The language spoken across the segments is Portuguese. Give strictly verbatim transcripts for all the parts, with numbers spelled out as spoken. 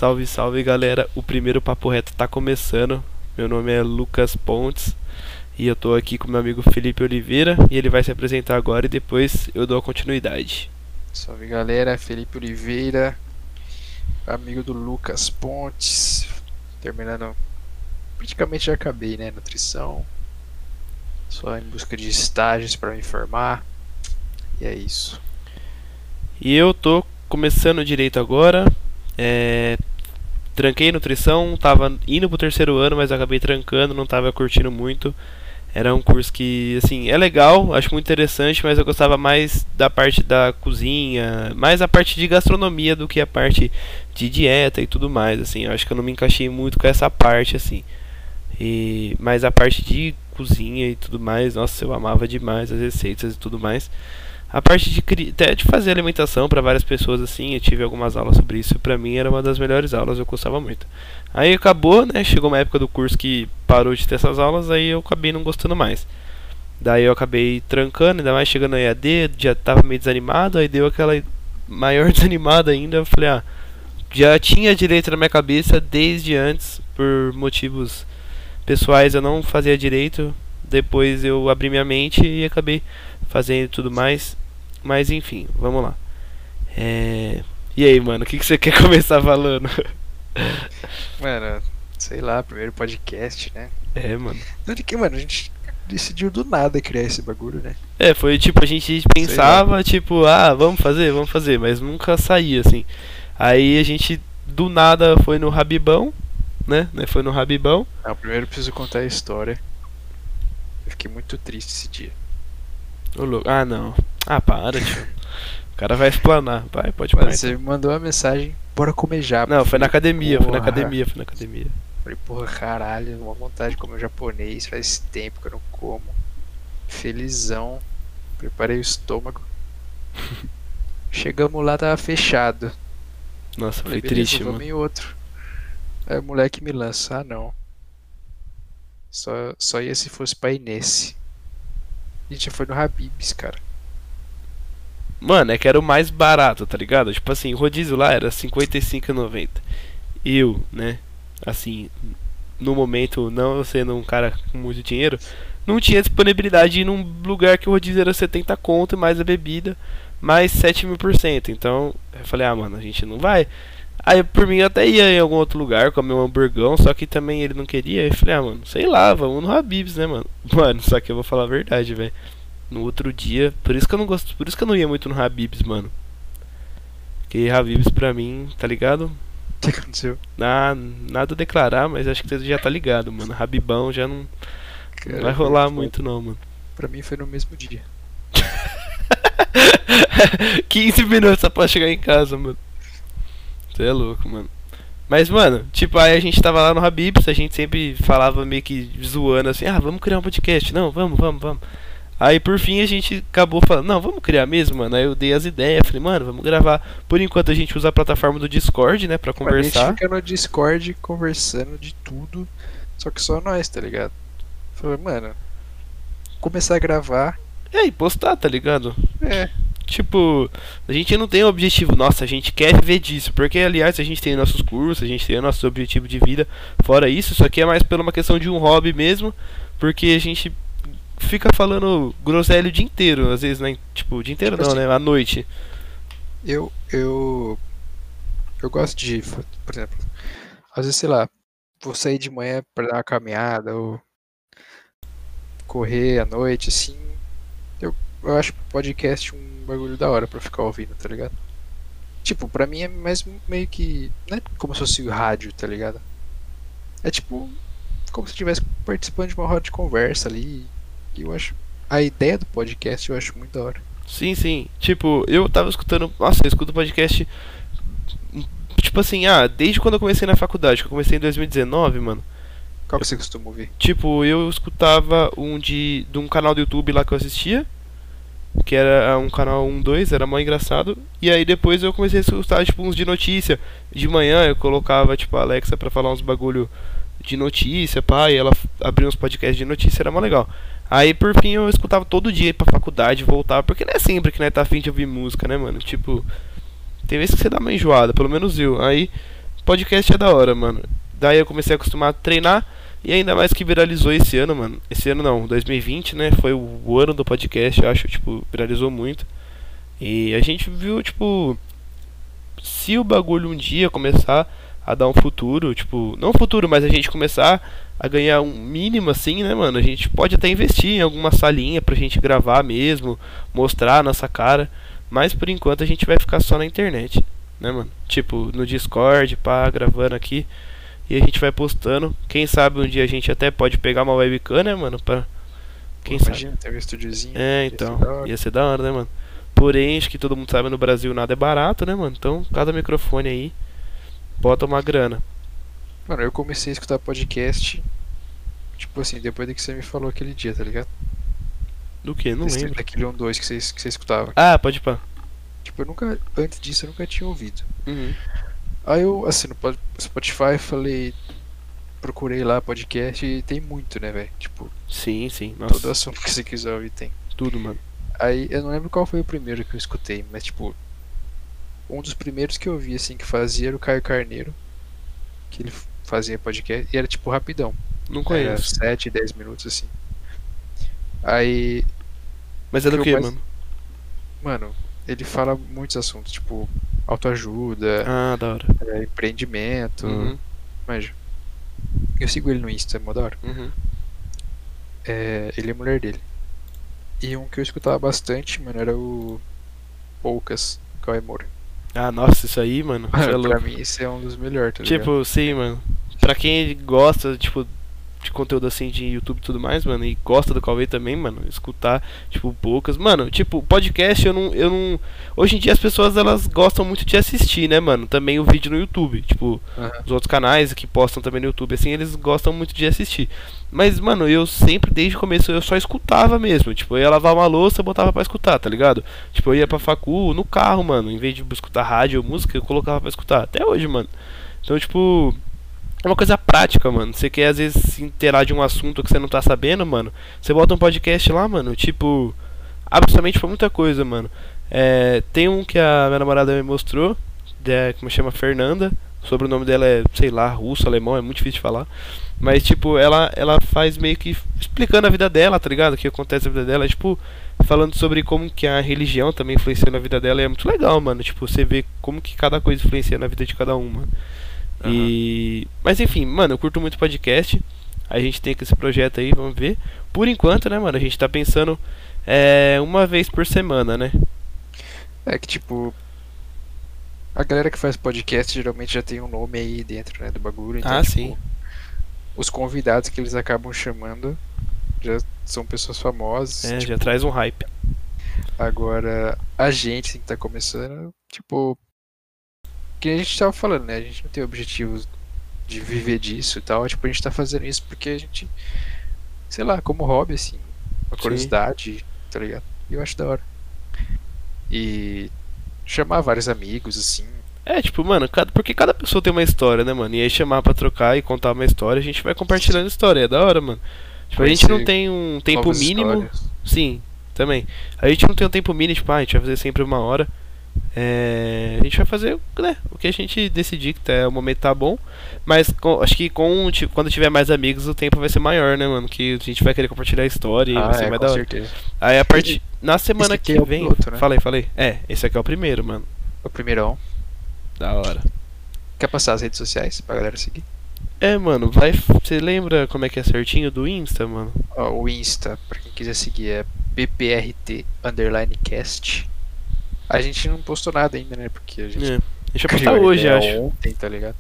Salve, salve galera, o primeiro Papo Reto tá começando. Meu nome é Lucas Pontes e eu tô aqui com meu amigo Felipe Oliveira e ele vai se apresentar agora e depois eu dou a continuidade. Salve galera, Felipe Oliveira, amigo do Lucas Pontes, terminando, praticamente já acabei, né, nutrição, só em busca de estágios para me formar, e é isso. E eu tô começando direito agora, é... tranquei nutrição, tava indo pro terceiro ano, mas acabei trancando, não tava curtindo muito. Era um curso que, assim, é legal, acho muito interessante, mas eu gostava mais da parte da cozinha, mais a parte de gastronomia do que a parte de dieta e tudo mais, assim. Eu acho que eu não me encaixei muito com essa parte, assim. E, mas a parte de cozinha e tudo mais, nossa, eu amava demais as receitas e tudo mais. A parte de cri... até de fazer alimentação para várias pessoas, assim, eu tive algumas aulas sobre isso, e pra mim era uma das melhores aulas, eu gostava muito. Aí acabou, né, chegou uma época do curso que parou de ter essas aulas, aí eu acabei não gostando mais. Daí eu acabei trancando, ainda mais chegando no E A D, já tava meio desanimado, aí deu aquela maior desanimada ainda, eu falei, ah, já tinha direito na minha cabeça desde antes, por motivos pessoais eu não fazia direito, depois eu abri minha mente e acabei fazendo tudo mais. Mas enfim, vamos lá. É... E aí, mano, o que, que você quer começar falando? Mano, sei lá, primeiro podcast, né? É, mano. Não de que, mano, a gente decidiu do nada criar esse bagulho, né? É, foi tipo, a gente pensava, tipo, ah, vamos fazer, vamos fazer, mas nunca saía, assim. Aí a gente, do nada, foi no Rabibão, né? Foi no Rabibão. Não, primeiro eu preciso contar a história. Eu fiquei muito triste esse dia. Ô, louco. Ah, não. Ah, para, tio. O cara vai explanar. Vai, pode Mano, parar. você me mandou uma mensagem, bora comer já. Não, foi na academia, foi na Porra. academia, foi na academia. Falei, porra, caralho, uma vontade de comer japonês, faz tempo que eu não como. Felizão, preparei o estômago. Chegamos lá, tava fechado. Nossa, Falei, foi beleza, triste, vamos mano. em outro. Aí o moleque me lança, ah não. Só, só ia se fosse pra ir nesse. A gente já foi no Habib's, cara. Mano, é que era o mais barato, tá ligado? Tipo assim, o rodízio lá era cinquenta e cinco reais e noventa centavos. Eu, né, assim, no momento, não sendo um cara com muito dinheiro, não tinha disponibilidade de ir num lugar que o rodízio era setenta conto, mais a bebida, mais sete mil por cento. Então, eu falei, ah, mano, a gente não vai. Aí, por mim, eu até ia em algum outro lugar comer um hamburgão, só que também ele não queria. Aí eu falei, ah, mano, sei lá, vamos no Habib's, né, mano? Mano, só que eu vou falar a verdade, velho. No outro dia, por isso que eu não gosto, por isso que eu não ia muito no Habib's, mano. Porque Habib's pra mim, tá ligado? O que aconteceu? Ah, nada a declarar, mas acho que você já tá ligado, mano. Habibão já não, Cara, não vai rolar foi- muito não, mano. Pra mim foi no mesmo dia. quinze minutos pra chegar em casa, mano. Você é louco, mano. Mas, mano, tipo, aí a gente tava lá no Habib's, a gente sempre falava meio que zoando assim, ah, vamos criar um podcast. Não, vamos, vamos, vamos. Aí por fim a gente acabou falando, não, vamos criar mesmo, mano. Aí eu dei as ideias, falei, mano, vamos gravar. Por enquanto a gente usa a plataforma do Discord, né, pra A conversar. gente fica no Discord conversando de tudo, só que só nós, tá ligado? Falei, mano, começar a gravar. E aí, postar, tá ligado? É, Tipo, a gente não tem um objetivo, nossa, a gente quer viver disso. Porque, aliás, a gente tem nossos cursos, a gente tem o nosso objetivo de vida. Fora isso, isso aqui é mais pela uma questão de um hobby mesmo. Porque a gente fica falando groselha o dia inteiro, às vezes, né? Tipo, o dia inteiro Tipo não, assim, né? À noite. eu, eu, eu gosto de, por exemplo, às vezes, sei lá, vou sair de manhã pra dar uma caminhada ou correr à noite, assim. Eu, eu acho podcast um bagulho da hora pra ficar ouvindo, tá ligado? Tipo, pra mim é mais meio que. Não é como se fosse rádio, tá ligado? É tipo. Como se estivesse participando de uma roda de conversa ali. E eu acho. A ideia do podcast eu acho muito da hora. Sim, sim. Tipo, eu tava escutando. Nossa, eu escuto podcast. Tipo assim, ah, desde quando eu comecei na faculdade, que eu comecei em dois mil e dezenove, mano. Qual que você costuma ouvir? Tipo, eu escutava um de, de um canal do YouTube lá que eu assistia, que era um canal um dois, era mó engraçado. E aí depois eu comecei a escutar, tipo, uns de notícia. De manhã eu colocava, tipo, a Alexa pra falar uns bagulho de notícia, pá, e ela f- abria uns podcasts de notícia, era mó legal. Aí por fim eu escutava todo dia ir pra faculdade, voltar, porque não é sempre que nós tá afim de ouvir música, né, mano? Tipo, tem vezes que você dá uma enjoada, pelo menos eu. Aí podcast é da hora, mano. Daí eu comecei a acostumar a treinar. E ainda mais que viralizou esse ano, mano. Esse ano não, dois mil e vinte, né? Foi o ano do podcast, eu acho, tipo, viralizou muito. E a gente viu, tipo, se o bagulho um dia começar a dar um futuro, tipo, não futuro, mas a gente começar a ganhar um mínimo assim, né, mano? A gente pode até investir em alguma salinha pra gente gravar mesmo, mostrar a nossa cara. Mas por enquanto a gente vai ficar só na internet, né, mano? Tipo, no Discord, pá, gravando aqui. E a gente vai postando. Quem sabe um dia a gente até pode pegar uma webcam, né, mano? Pra... Quem Pô, sabe? imagina, ter um estúdiozinho. É, então. Ia ser da hora, né, mano? Porém, acho que todo mundo sabe, no Brasil nada é barato, né, mano? Então, cada microfone aí bota uma grana. Mano, eu comecei a escutar podcast, tipo assim, depois de que você me falou aquele dia, tá ligado? Do que? Não Desse, lembro. daquele um dois que você, que você escutava. Ah, pode pá. Tipo, eu nunca, antes disso, eu nunca tinha ouvido. Uhum. Aí eu, assim, no pod- Spotify, falei, procurei lá podcast e tem muito, né, velho? Tipo, Sim, sim. todo Nossa, assunto que você quiser ouvir tem. tudo, mano. Aí eu não lembro qual foi o primeiro que eu escutei, mas tipo, um dos primeiros que eu vi assim que fazia era o Caio Carneiro, que ele fazia podcast e era tipo rapidão, Não era conheço. sete dez minutos assim. Aí, Mas é do que eu que, mais- mano? mano, ele fala muitos assuntos, tipo autoajuda, Ah, da hora. é, empreendimento, Uhum, manja. Eu sigo ele no Insta, é mó da hora. uhum. É, ele é a mulher dele. E um que eu escutava bastante, mano, era o Poucas, Cauê Moura. Ah, nossa, isso aí, mano. Isso é Pra louco. mim, esse é um dos melhores, tá ligado? Tipo, sim, mano. Pra quem gosta, tipo, de conteúdo assim de YouTube e tudo mais, mano, e gosta do Cauê também, mano, escutar, tipo, poucas. Mano, tipo, podcast eu não. Eu não. Hoje em dia as pessoas elas gostam muito de assistir, né, mano? Também o vídeo no YouTube. Tipo, Aham. os outros canais que postam também no YouTube, assim, eles gostam muito de assistir. Mas, mano, eu sempre, desde o começo, eu só escutava mesmo. Tipo, eu ia lavar uma louça, eu botava pra escutar, tá ligado? Tipo, eu ia pra facu, no carro, mano. Em vez de escutar rádio ou música, eu colocava pra escutar. Até hoje, mano. Então, tipo, é uma coisa prática, mano. Você quer, às vezes, se inteirar de um assunto que você não tá sabendo, mano. Você bota um podcast lá, mano. Tipo, absolutamente pra muita coisa, mano. É, tem um que a minha namorada me mostrou, é, que me chama Fernanda. O sobrenome dela é, sei lá, russo, alemão, é muito difícil de falar. Mas, tipo, ela, ela faz meio que explicando a vida dela, tá ligado? O que acontece na vida dela. Tipo, falando sobre como que a religião também influencia na vida dela. E é muito legal, mano. Tipo, você vê como que cada coisa influencia na vida de cada um, mano. E... Mas, enfim, mano, eu curto muito podcast. A gente tem esse projeto aí, vamos ver. Por enquanto, né, mano, a gente tá pensando é, uma vez por semana, né? É que tipo, a galera que faz podcast geralmente já tem um nome aí dentro, né, do bagulho. Então, Ah, tipo, sim. os convidados que eles acabam chamando já são pessoas famosas. É, tipo, já traz um hype. agora, a gente assim, que tá começando, tipo, que a gente tava falando, né? A gente não tem objetivos de viver disso e tal. Tipo, a gente tá fazendo isso porque a gente, sei lá, como hobby, assim, uma Sim. curiosidade, tá ligado? E eu acho da hora. E chamar vários amigos, assim. É, tipo, mano, cada, porque cada pessoa tem uma história, né, mano? E aí chamar pra trocar e contar uma história, a gente vai compartilhando história, é da hora, mano. Tipo, a gente não Conhecer tem um tempo novas mínimo. histórias. Sim, também. A gente não tem um tempo mínimo, tipo, ah, a gente vai fazer sempre uma hora. É, a gente vai fazer, né, o que a gente decidir que tá, o momento tá bom. Mas com- acho que com, tipo, quando tiver mais amigos o tempo vai ser maior, né, mano? Que a gente vai querer compartilhar a história e Ah, vai ser é, mais com da hora. certeza. Aí a partir. Na semana aqui que é o vem. piloto, né? Falei, falei. É, esse aqui é o primeiro, mano. O primeirão. Da hora. Quer passar as redes sociais pra galera seguir? É, mano, vai. Você lembra como é que é certinho do Insta, mano? Ó, o Insta, pra quem quiser seguir, é B P R T underline cast. A gente não postou nada ainda, né? Porque a gente É. Deixa eu postar criou a hoje, ideia acho. ontem, tá ligado?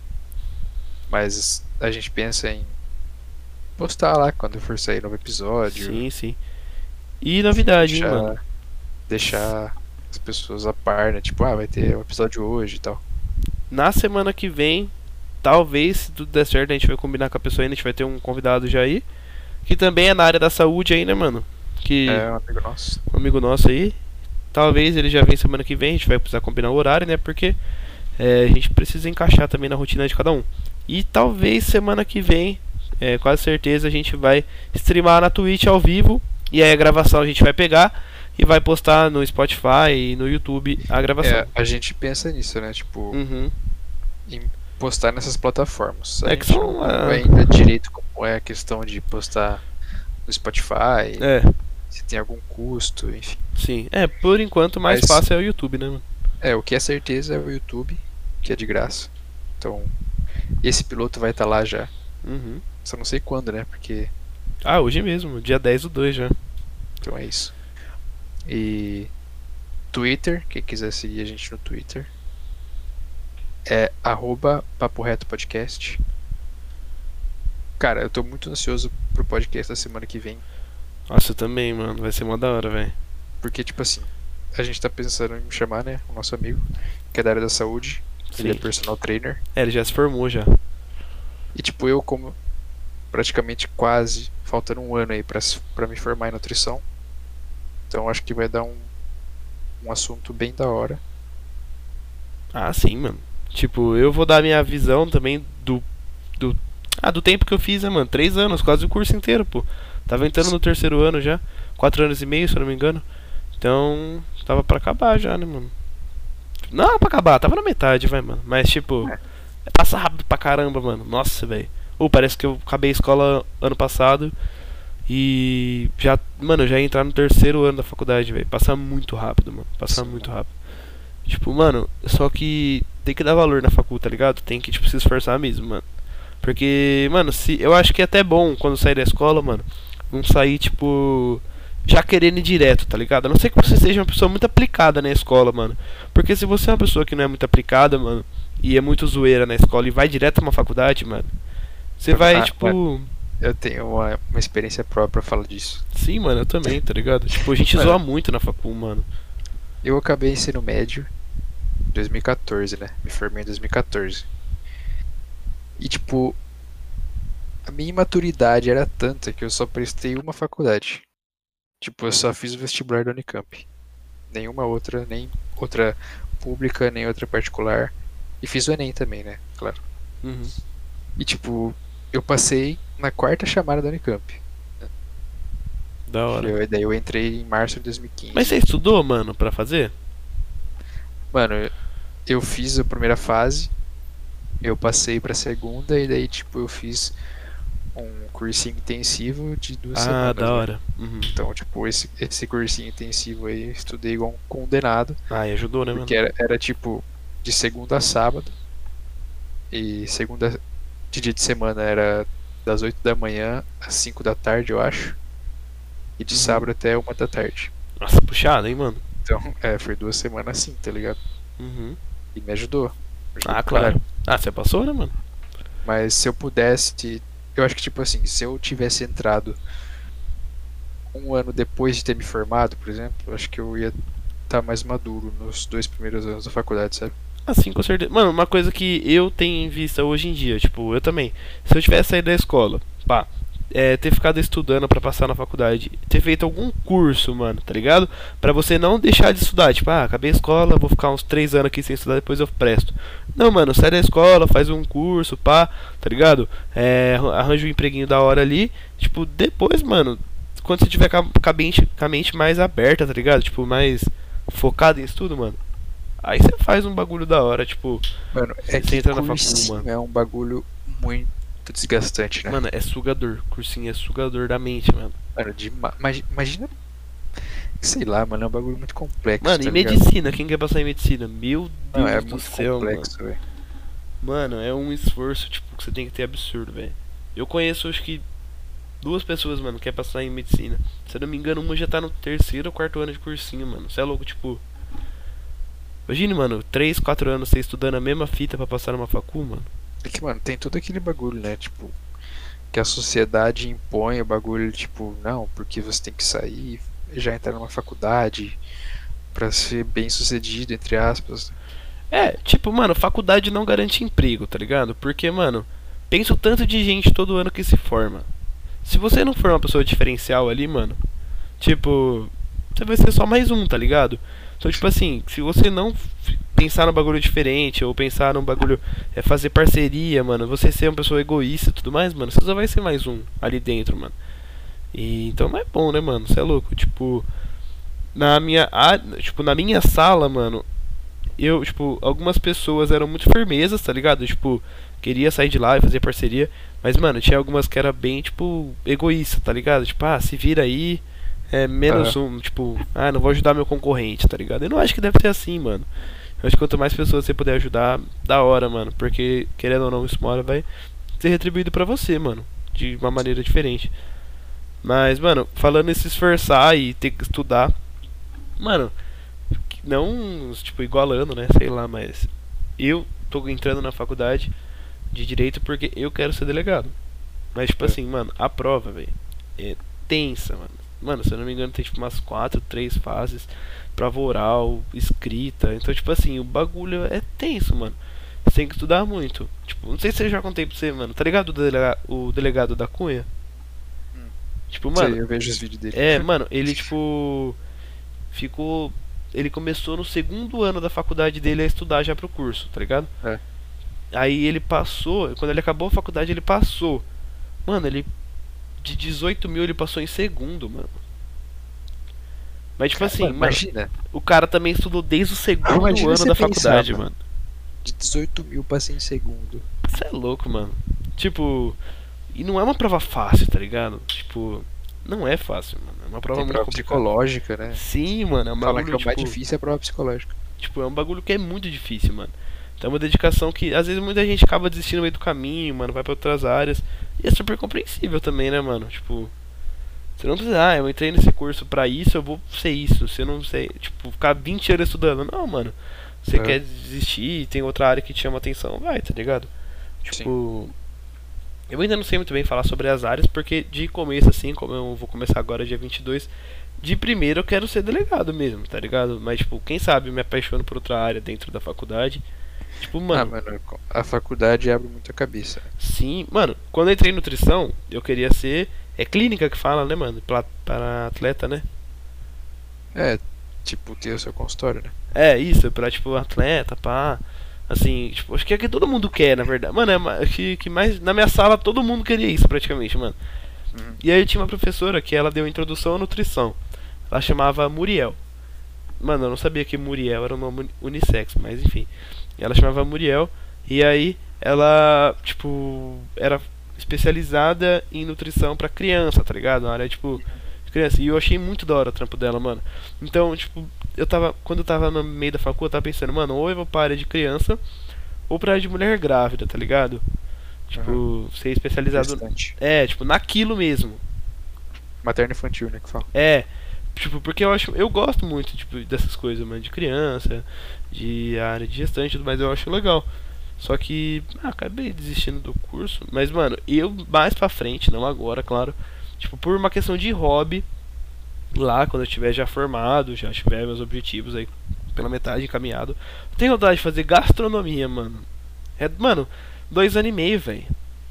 Mas a gente pensa em postar lá quando for sair novo episódio. Sim, sim. E novidade, hein, deixar, mano? deixar as pessoas a par, né? Tipo, ah, vai ter um episódio hoje e tal. Na semana que vem, talvez, se tudo der certo, a gente vai combinar com a pessoa ainda, a gente vai ter um convidado já aí. Que também é na área da saúde aí, né, mano? Que É um amigo nosso. um amigo nosso aí. Talvez ele já venha semana que vem, a gente vai precisar combinar o horário, né? Porque é, a gente precisa encaixar também na rotina de cada um. E talvez semana que vem, é, quase certeza, a gente vai streamar na Twitch ao vivo. E aí a gravação a gente vai pegar e vai postar no Spotify e no YouTube a gravação. É, a gente pensa nisso, né? Tipo, Uhum. em postar nessas plataformas. A É que gente são, não ah, sabe ainda direito como é a questão de postar no Spotify, É, se tem algum custo, enfim. sim. É, por enquanto o mais Mas fácil é o YouTube, né, mano? é, o que é certeza é o YouTube, que é de graça. Então, esse piloto vai estar lá já. Uhum. Só não sei quando, né? Porque. Ah, hoje mesmo, dia dez do dois já. Então é isso. E Twitter, quem quiser seguir a gente no Twitter, é arroba Papo Reto Podcast. Cara, eu tô muito ansioso pro podcast da semana que vem. Nossa, eu também, mano. Vai ser mó da hora, velho. Porque, tipo assim, a gente tá pensando em chamar, né? O nosso amigo, que é da área da saúde. Ele é Sim. personal trainer. É, ele já se formou já. E, tipo, eu, como praticamente quase faltando um ano aí pra, pra me formar em nutrição. Então, acho que vai dar um, um assunto bem da hora. Ah, sim, mano. Tipo, eu vou dar a minha visão também do. do ah, do tempo que eu fiz, né, mano? Três anos, quase o curso inteiro, pô. Tava entrando no terceiro ano já. Quatro anos e meio, se eu não me engano. Então, tava pra acabar já, né, mano? Não, pra acabar, tava na metade, vai, mano. Mas, tipo, É. passa rápido pra caramba, mano. Nossa, velho. Ou parece que eu acabei a escola ano passado e já, mano, eu já ia entrar no terceiro ano da faculdade, velho. Passa muito rápido, mano. Passa Sim, muito mano. rápido. Tipo, mano, só que tem que dar valor na facu, tá ligado? Tem que, tipo, se esforçar mesmo, mano. Porque, mano, se eu acho que é até bom quando sair da escola, mano, não sair, tipo, já querendo ir direto, tá ligado? A não ser que você seja uma pessoa muito aplicada na escola, mano. Porque se você é uma pessoa que não é muito aplicada, mano, e é muito zoeira na escola e vai direto pra uma faculdade, mano, você vai, Ah, tipo. mano, eu tenho uma, uma experiência própria pra falar disso. Sim, mano, eu também, tá ligado? Tipo, a gente Mano, zoa muito na facu, mano. eu acabei ensino médio em dois mil e quatorze, né? Me formei em dois mil e quatorze. E, tipo, a minha imaturidade era tanta que eu só prestei uma faculdade. Tipo, eu só fiz o vestibular da Unicamp. Nenhuma outra, nem outra pública, nem outra particular. E fiz o Enem também, né? Claro. Uhum. E, tipo, eu passei na quarta chamada da Unicamp. Da hora. Eu, daí eu entrei em março de dois mil e quinze. Mas você estudou, mano, pra fazer? Mano, eu- eu fiz a primeira fase, eu passei pra segunda e daí, tipo, eu fiz um cursinho intensivo de duas Ah, semanas, da né? hora. Uhum. Então, tipo, esse, esse cursinho intensivo aí, eu estudei igual um condenado, Ah, e ajudou, né, mano? porque era, era tipo, de segunda a sábado, e segunda, de dia de semana era das oito da manhã às cinco da tarde, eu acho, e de Uhum. sábado até uma da tarde. Nossa, puxado, hein, mano? Então, é, foi duas semanas assim, tá ligado? Uhum. E me ajudou. Me ajudou Ah, pra caralho. claro. Ah, você passou, né, mano? Mas se eu pudesse, eu acho que tipo assim, se eu tivesse entrado um ano depois de ter me formado, por exemplo, eu acho que eu ia estar mais maduro nos dois primeiros anos da faculdade, sabe? Ah, sim, com certeza. Mano, uma coisa que eu tenho em vista hoje em dia, tipo, eu também. Se eu tivesse saído da escola, pá, é, ter ficado estudando pra passar na faculdade, ter feito algum curso, mano, tá ligado? Pra você não deixar de estudar, tipo, ah, acabei a escola, vou ficar uns três anos aqui sem estudar, depois eu presto. Não, mano, sai da escola, faz um curso, pá, tá ligado? É, arranja um empreguinho da hora ali, tipo, depois, mano, quando você tiver com a com a mente, com a mente mais aberta, tá ligado? Tipo, mais focado em estudo, mano. Aí você faz um bagulho da hora, tipo, Mano, é você que entra na facu, cursinho mano. é um bagulho muito desgastante, né? Mano, é sugador. Cursinho é sugador da mente, mano. Mano, de, imagina, sei lá, mano, é um bagulho muito complexo, Mano, tá e ligado? medicina? Quem quer passar em medicina? Meu Não, é Deus do muito céu, mano. complexo, velho. Mano, é um esforço, tipo, que você tem que ter absurdo, velho. Eu conheço, acho que, duas pessoas, mano, que quer passar em medicina. Se eu não me engano, uma já tá no terceiro ou quarto ano de cursinho, mano. Você é louco, tipo... Imagine, mano, três, quatro anos você estudando a mesma fita pra passar numa facu, mano. É que, mano, tem todo aquele bagulho, né? Tipo, que a sociedade impõe o bagulho, tipo, não, porque você tem que sair, já entrar numa faculdade pra ser bem sucedido, entre aspas. É, tipo, mano, faculdade não garante emprego, tá ligado? Porque, mano, pensa o tanto de gente todo ano que se forma. Se você não for uma pessoa diferencial ali, mano, tipo, você vai ser só mais um, tá ligado? Então, tipo assim, se você não f- pensar num bagulho diferente, ou pensar num bagulho, é fazer parceria, mano, você ser uma pessoa egoísta e tudo mais, mano, você só vai ser mais um ali dentro, mano. E então não é bom, né, mano? Você é louco, tipo, na minha, a- tipo, na minha sala, mano, eu, tipo, algumas pessoas eram muito firmezas, tá ligado? Tipo, queria sair de lá e fazer parceria. Mas, mano, tinha algumas que era bem, tipo, egoísta, tá ligado? Tipo, ah, se vira aí, é menos Aham. um, tipo, ah, não vou ajudar meu concorrente, tá ligado? Eu não acho que deve ser assim, mano. Eu acho que quanto mais pessoas você puder ajudar, da hora, mano. Porque, querendo ou não, isso uma hora vai ser retribuído pra você, mano. De uma maneira diferente. Mas, mano, falando em se esforçar e ter que estudar, mano, não, tipo, igualando, né? Sei lá, mas eu tô entrando na faculdade de direito porque eu quero ser delegado. Mas, tipo É. assim, mano, a prova, velho, é tensa, mano. Mano, se eu não me engano, tem tipo umas quatro, três fases. Prova oral, escrita. Então, tipo assim, o bagulho é tenso, mano. Você tem que estudar muito. Tipo, não sei se eu já contei pra você, mano. Tá ligado o, delega o delegado da Cunha? Hum. Tipo, mano, Sei, eu vejo os vídeos dele. é, mano, ele, tipo, ficou. Ele começou no segundo ano da faculdade dele a estudar já pro curso, tá ligado? É. Aí ele passou, quando ele acabou a faculdade, ele passou. Mano, ele. De dezoito mil ele passou em segundo, mano. Mas, tipo Cara, assim, mano, mano, imagina. o cara também estudou desde o segundo Imagina ano você da pensar, faculdade, mano. mano. De dezoito mil pra ser em segundo. Isso é louco, mano. Tipo, e não é uma prova fácil, tá ligado? Tipo, não é fácil, mano. É uma prova Tem muito prova complicada. psicológica, né? Sim, mano, é um Fala que bagulho, é o mais tipo. difícil é a prova psicológica. Tipo, é um bagulho que é muito difícil, mano. Então é uma dedicação que às vezes muita gente acaba desistindo no meio do caminho, mano, vai pra outras áreas. E é super compreensível também, né, mano? Tipo, você não precisa, ah, eu entrei nesse curso pra isso, eu vou ser isso. Você não sei, tipo, ficar vinte anos estudando. Não, mano. Você É. quer desistir e tem outra área que te chama atenção, vai, tá ligado? Sim. Tipo, eu ainda não sei muito bem falar sobre as áreas, porque de começo, assim, como eu vou começar agora dia vinte e dois, de primeiro eu quero ser delegado mesmo, tá ligado? Mas, tipo, quem sabe eu me apaixono por outra área dentro da faculdade. Tipo, Ah, mano, mano, a faculdade abre muita cabeça. sim, mano, quando eu entrei em nutrição, eu queria ser. É clínica que fala, né, mano? Pra, para atleta, né? É, tipo, ter o seu consultório, né? É, isso, pra, tipo, atleta, pá. Assim, tipo, acho que é que todo mundo quer, na verdade. Mano, é ma- que, que mais. Na minha sala todo mundo queria isso, praticamente, mano. Uhum. E aí eu tinha uma professora que ela deu introdução à nutrição. Ela chamava Muriel. Mano, eu não sabia que Muriel era um nome unissex, mas enfim. Ela chamava Muriel. E aí ela, tipo, era especializada em nutrição pra criança, tá ligado? Na área, tipo, de criança. E eu achei muito da hora o trampo dela, mano. Então, tipo, eu tava. Quando eu tava no meio da faculdade, eu tava pensando, mano, ou eu vou pra área de criança, ou pra área de mulher grávida, tá ligado? Aham. Tipo, ser especializado. Gestante. É, tipo, naquilo mesmo. Materno infantil, né, que fala. É, tipo, porque eu acho, eu gosto muito, tipo, dessas coisas, mano, de criança, de área de gestante e tudo mais, eu acho legal. Só que, ah, acabei desistindo do curso, mas, mano, eu mais pra frente, não agora, claro, tipo, por uma questão de hobby, lá, quando eu estiver já formado, já tiver meus objetivos aí pela metade encaminhado, eu tenho vontade de fazer gastronomia, mano. É, mano, dois anos e meio, velho.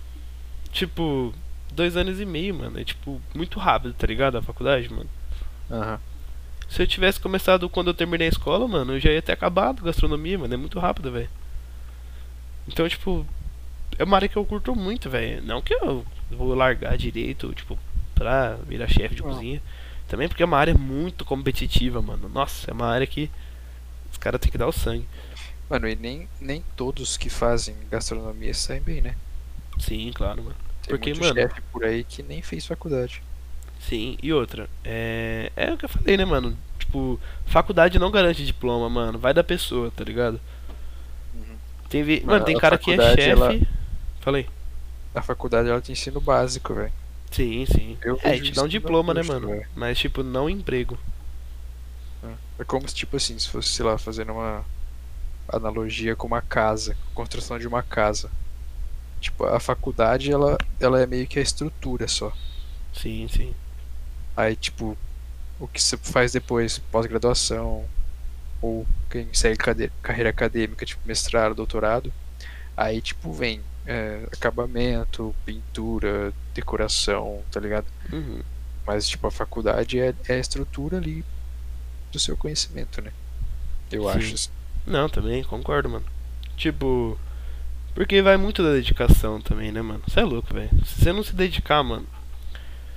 Tipo, dois anos e meio, mano, é, tipo, muito rápido, tá ligado, a faculdade, mano. Aham. Se eu tivesse começado quando eu terminei a escola, mano, eu já ia ter acabado gastronomia, mano. É muito rápido, velho. Então, tipo, é uma área que eu curto muito, velho. Não que eu vou largar direito, tipo, pra virar chefe de Não. cozinha. Também porque é uma área muito competitiva, mano. Nossa, é uma área que os caras têm que dar o sangue. Mano, e nem, nem todos que fazem gastronomia saem bem, né? Sim, claro, mano. Tem Porque, muito mano, chefe por aí que nem fez faculdade. sim, e outra, é. É o que eu falei, né, mano? Tipo, faculdade não garante diploma, mano. Vai da pessoa, tá ligado? Uhum. Tem, vi- mano, Mano, tem a cara que é faculdade, ela, chefe. Falei. a faculdade ela tem ensino básico, velho. Sim, sim. Eu É, e vejo te dá isso um no meu diploma, né, curso, mano? velho. Mas, tipo, não emprego. É como se, tipo assim, se fosse, sei lá, fazendo uma analogia com uma casa, construção de uma casa. Tipo, a faculdade, ela, ela é meio que a estrutura só. Sim, sim. Aí, tipo, o que você faz depois, pós-graduação, ou quem segue cade- carreira acadêmica, tipo mestrado, doutorado, aí, tipo, vem é, acabamento, pintura, decoração, tá ligado? Uhum. Mas, tipo, a faculdade é, é a estrutura ali do seu conhecimento, né? Eu acho, Sim. assim. Não, também, concordo, mano. Tipo, porque vai muito da dedicação também, né, mano? Você é louco, velho. Se você não se dedicar, mano.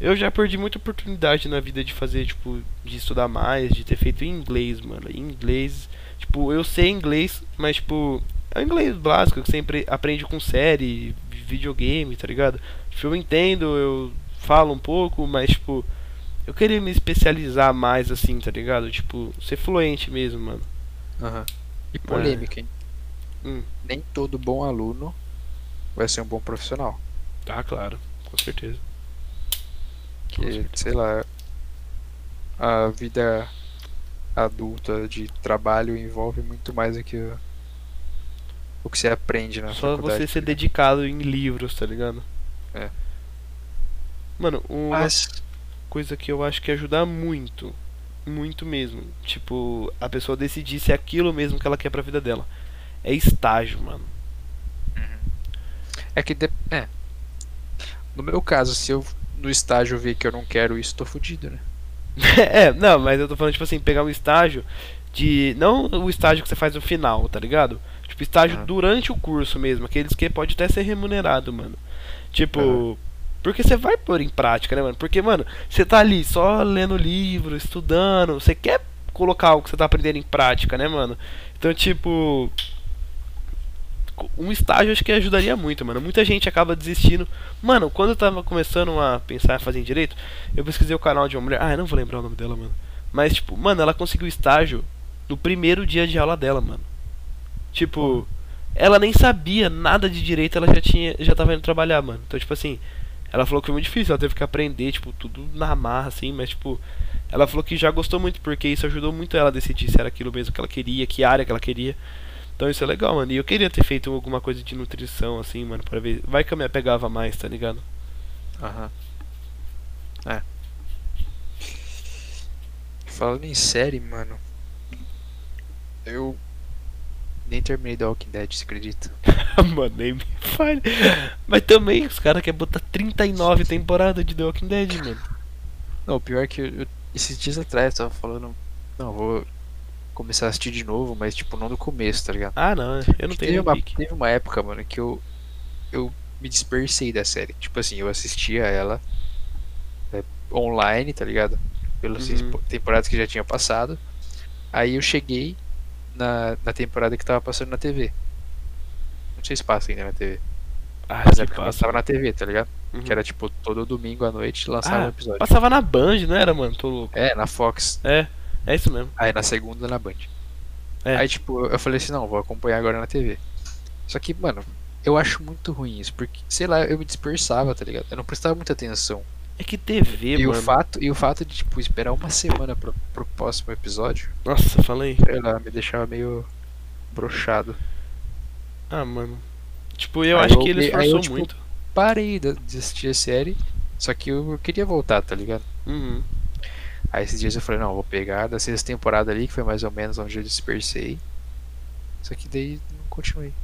Eu já perdi muita oportunidade na vida de fazer, tipo, de estudar mais, de ter feito em inglês, mano. Em inglês, tipo, eu sei inglês, mas, tipo, é o inglês básico que você sempre aprende com série, videogame, tá ligado? Tipo, eu entendo, eu falo um pouco, mas, tipo, eu queria me especializar mais, assim, tá ligado? Tipo, ser fluente mesmo, mano. Aham. E É. polêmica, hein? Hum, Nem todo bom aluno vai ser um bom profissional. tá, claro, com certeza. Com Que, certeza. sei lá, a vida adulta de trabalho envolve muito mais do que o, o que você aprende na Só você faculdade, tá ser ligado? dedicado em livros, tá ligado? É. Mano, uma Mas, coisa que eu acho que ajuda muito, muito mesmo, tipo, a pessoa decidir se é aquilo mesmo que ela quer pra vida dela. É estágio, mano. uhum. É que, de- é, no meu caso, se eu no estágio ver que eu não quero isso, tô fudido, né? É, não, mas eu tô falando, tipo assim, pegar um estágio de. Não o estágio que você faz no final, tá ligado? Tipo, estágio Aham, durante o curso mesmo, aqueles que pode até ser remunerado, mano. aham. Tipo. Porque você vai pôr em prática, né, mano? Porque, mano, você tá ali só lendo livro, estudando, você quer colocar algo que você tá aprendendo em prática, né, mano? Então, tipo, um estágio acho que ajudaria muito, mano. Muita gente acaba desistindo. Mano, quando eu tava começando a pensar em fazer em direito, eu pesquisei o canal de uma mulher. Ah, eu não vou lembrar o nome dela, mano. Mas, tipo, mano, ela conseguiu estágio no primeiro dia de aula dela, mano. Porra. Tipo, ela nem sabia nada de direito, ela já tinha, já tava indo trabalhar, mano. Então, tipo assim, ela falou que foi muito difícil, ela teve que aprender, tipo, tudo na marra, assim, mas, tipo, ela falou que já gostou muito, porque isso ajudou muito ela a decidir se era aquilo mesmo que ela queria, que área que ela queria. Então isso é legal, mano. E eu queria ter feito alguma coisa de nutrição, assim, mano, pra ver. Vai que eu me apegava mais, tá ligado? Aham. É. Falando em série, mano, eu nem terminei The Walking Dead, você acredita? Mano, nem me fale. Mas também os caras querem botar trinta e nove temporadas de The Walking Dead, mano. Não, o pior é que eu, eu- esses dias atrás eu tava falando, não, vou começar a assistir de novo, mas tipo, não do começo, tá ligado? Ah, não, eu não Que tenho teve nem uma, pique. teve uma época, mano, que eu, eu me dispersei da série. Tipo assim, eu assistia ela é, online, tá ligado? Pelas Uhum. temporadas que já tinha passado. Aí eu cheguei na, na temporada que tava passando na T V. Não sei se passa ainda na T V. Ah, Mas acho na que época passa, passava mano. na T V, tá ligado? Que Uhum. era tipo, todo domingo à noite lançava um Ah, episódio. passava na Band, não era, mano? Tô louco. É, na Fox. É, é isso mesmo. Aí na segunda na Band. É. Aí tipo, eu falei assim, não, vou acompanhar agora na T V. Só que, mano, eu acho muito ruim isso, porque, sei lá, eu me dispersava, tá ligado? Eu não prestava muita atenção. É que T V, E o mano. fato, e o fato de, tipo, esperar uma semana pro, pro próximo episódio, Nossa, falei. sei lá, me deixava meio broxado. Ah, mano. Tipo, eu Aí acho que eu, ele aí eu, esforçou tipo, muito. parei de de assistir a série, só que eu, eu queria voltar, tá ligado? Uhum. Aí esses dias eu falei, não, vou pegar da sexta temporada ali, que foi mais ou menos onde eu dispersei. Só que daí não continuei.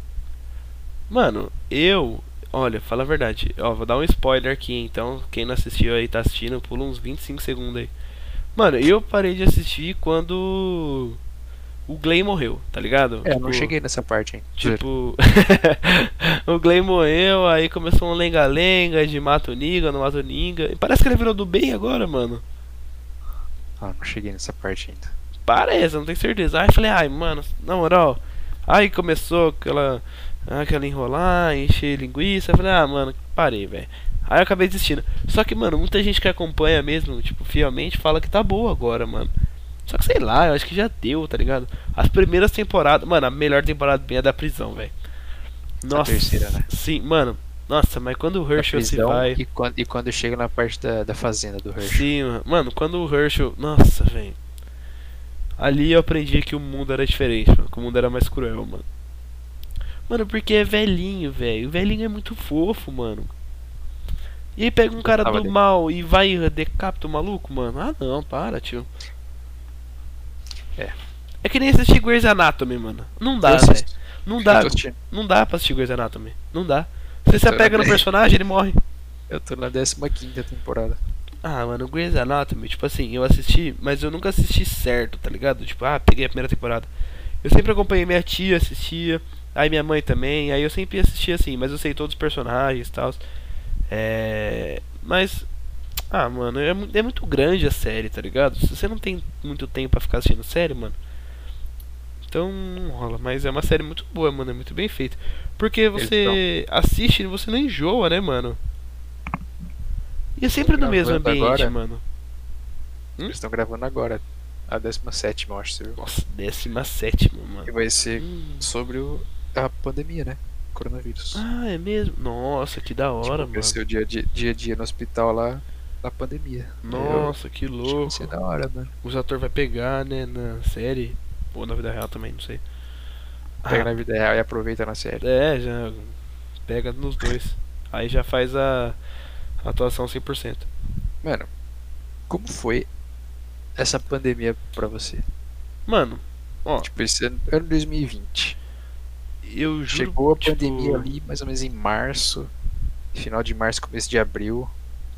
Mano, eu. Olha, fala a verdade. Ó, vou dar um spoiler aqui, então. Quem não assistiu aí, tá assistindo, pula uns vinte e cinco segundos aí. Mano, eu parei de assistir quando o Glenn morreu, tá ligado? É, eu não Tipo. cheguei nessa parte ainda. Zoeira. Tipo. O Glenn morreu, aí começou um lenga-lenga de mato Niga, não mato Ninga. E parece que ele virou do bem agora, mano. Ah, não cheguei nessa parte ainda. Parece, eu não tenho certeza. Aí eu falei, ai, mano, na moral. Aí começou aquela. Aquela enrolar, encher linguiça. Eu falei, ah, mano, parei, velho. Aí eu acabei desistindo. Só que, mano, muita gente que acompanha mesmo, tipo, fielmente, fala que tá boa agora, mano. Só que sei lá, eu acho que já deu, tá ligado? As primeiras temporadas. Mano, a melhor temporada bem é da prisão, velho. A Nossa, terceira, né? sim, mano. Nossa, mas quando o Da Herschel se prisão vai. e quando, e quando chega na parte da, da fazenda do Herschel. Sim, mano. Mano, quando o Herschel. Nossa, velho. Ali eu aprendi que o mundo era diferente, mano. Que o mundo era mais cruel, mano. Mano, porque é velhinho, velho. O velhinho é muito fofo, mano. E aí pega um Eu cara tava do ali. mal e vai e decapita o maluco, mano. Ah, não, para, tio. É, É que nem assistir Grey's Anatomy, mano. Não eu dá, velho. assisto. Não Eu dá. tô assistindo. Não dá pra assistir Grey's Anatomy. Não dá. Você Eu se tô na, apega no personagem, ele morre. eu tô na décima quinta temporada. Ah, mano, Grey's Anatomy, tipo assim, eu assisti, mas eu nunca assisti certo, tá ligado? Tipo, ah, peguei a primeira temporada. Eu sempre acompanhei minha tia, assistia, aí minha mãe também, aí eu sempre assistia assim, mas eu sei todos os personagens e tal. É. Mas, Ah, mano, é, mu- é muito grande a série, tá ligado? Se você não tem muito tempo pra ficar assistindo série, mano, então não rola. Mas é uma série muito boa, mano, é muito bem feita. Porque Eles estão você assiste e você não enjoa, né, mano? E é sempre no mesmo gravando ambiente, agora. mano. Hum? Eles estão gravando agora. A décima sétima, eu acho, você viu? Nossa, décima sétima, E mano. vai ser Hum. sobre o, a pandemia, né? Coronavírus. Ah, é mesmo? Nossa, que da hora, Tipo, vai mano. ser o dia a dia, dia a dia no hospital lá na pandemia. Eu Nossa, que acho que vai ser louco. da hora, mano. Os atores vai pegar, né, na série. Ou na vida real também, não sei. Pega Ah, na vida real e aproveita na série. é, já pega nos dois. Aí já faz a atuação cem por cento. Mano, como foi essa pandemia pra você? Mano, ó, Tipo, esse ano, ano dois mil e vinte. eu juro, Chegou a pandemia tipo. ali mais ou menos em março. Final de março, começo de abril.